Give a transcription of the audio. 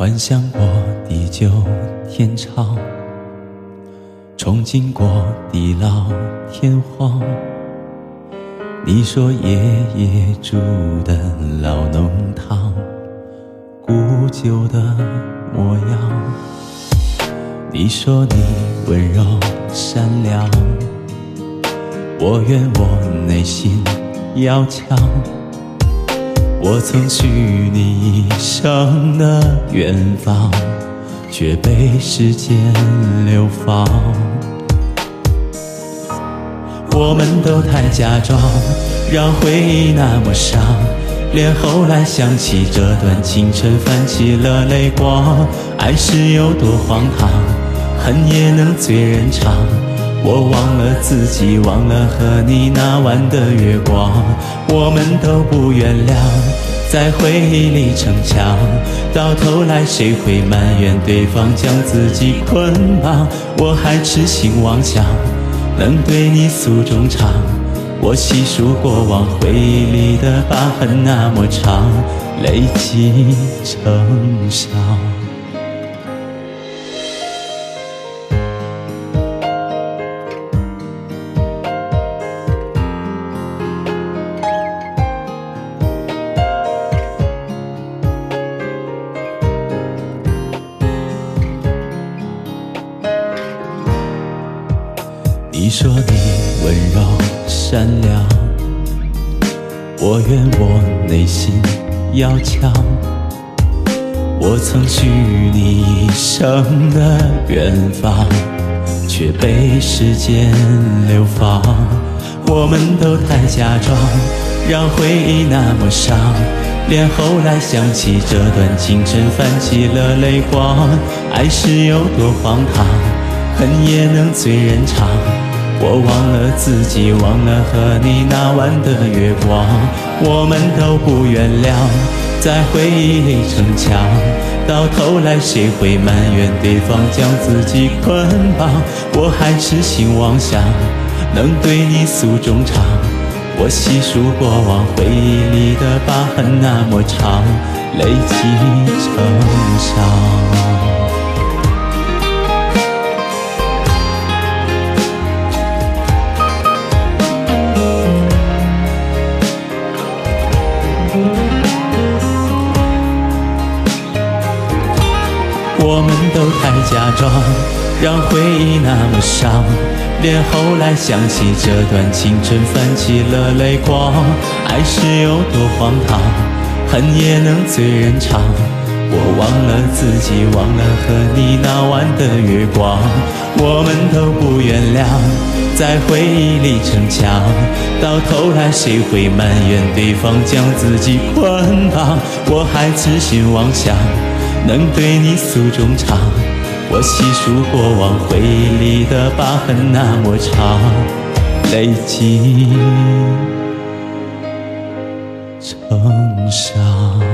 幻想过地久天长，憧憬过地老天荒。你说爷爷住的老弄堂，古旧的模样。你说你温柔善良，我愿我内心要强。我曾许你一生的远方，却被时间流放。我们都太假装，让回忆那么伤，连后来想起这段青春泛起了泪光。爱是有多荒唐，恨也能醉人肠。我忘了自己，忘了和你那晚的月光。我们都不原谅，在回忆里逞强，到头来谁会埋怨对方将自己捆绑？我还痴心妄想能对你诉衷肠，我细数过往回忆里的疤痕那么长，累积成伤。你说你温柔善良，我愿我内心要强。我曾许你一生的远方，却被时间流放。我们都太假装，让回忆那么伤，连后来想起这段青春泛起了泪光。爱是有多荒唐，恨也能醉人肠。我忘了自己，忘了和你那晚的月光。我们都不原谅，在回忆里逞强，到头来谁会埋怨对方将自己捆绑？我还痴心妄想能对你诉衷肠，我细数过往回忆里的疤痕那么长，累积成伤。我们都太假装，让回忆那么伤，连后来想起这段青春泛起了泪光。爱是有多荒唐，恨也能醉人肠。我忘了自己，忘了和你那晚的月光。我们都不原谅，在回忆里逞强，到头来谁会埋怨对方将自己捆绑？我还痴心妄想能对你诉衷肠，我细数过往回忆里的疤痕那么长，累积成伤。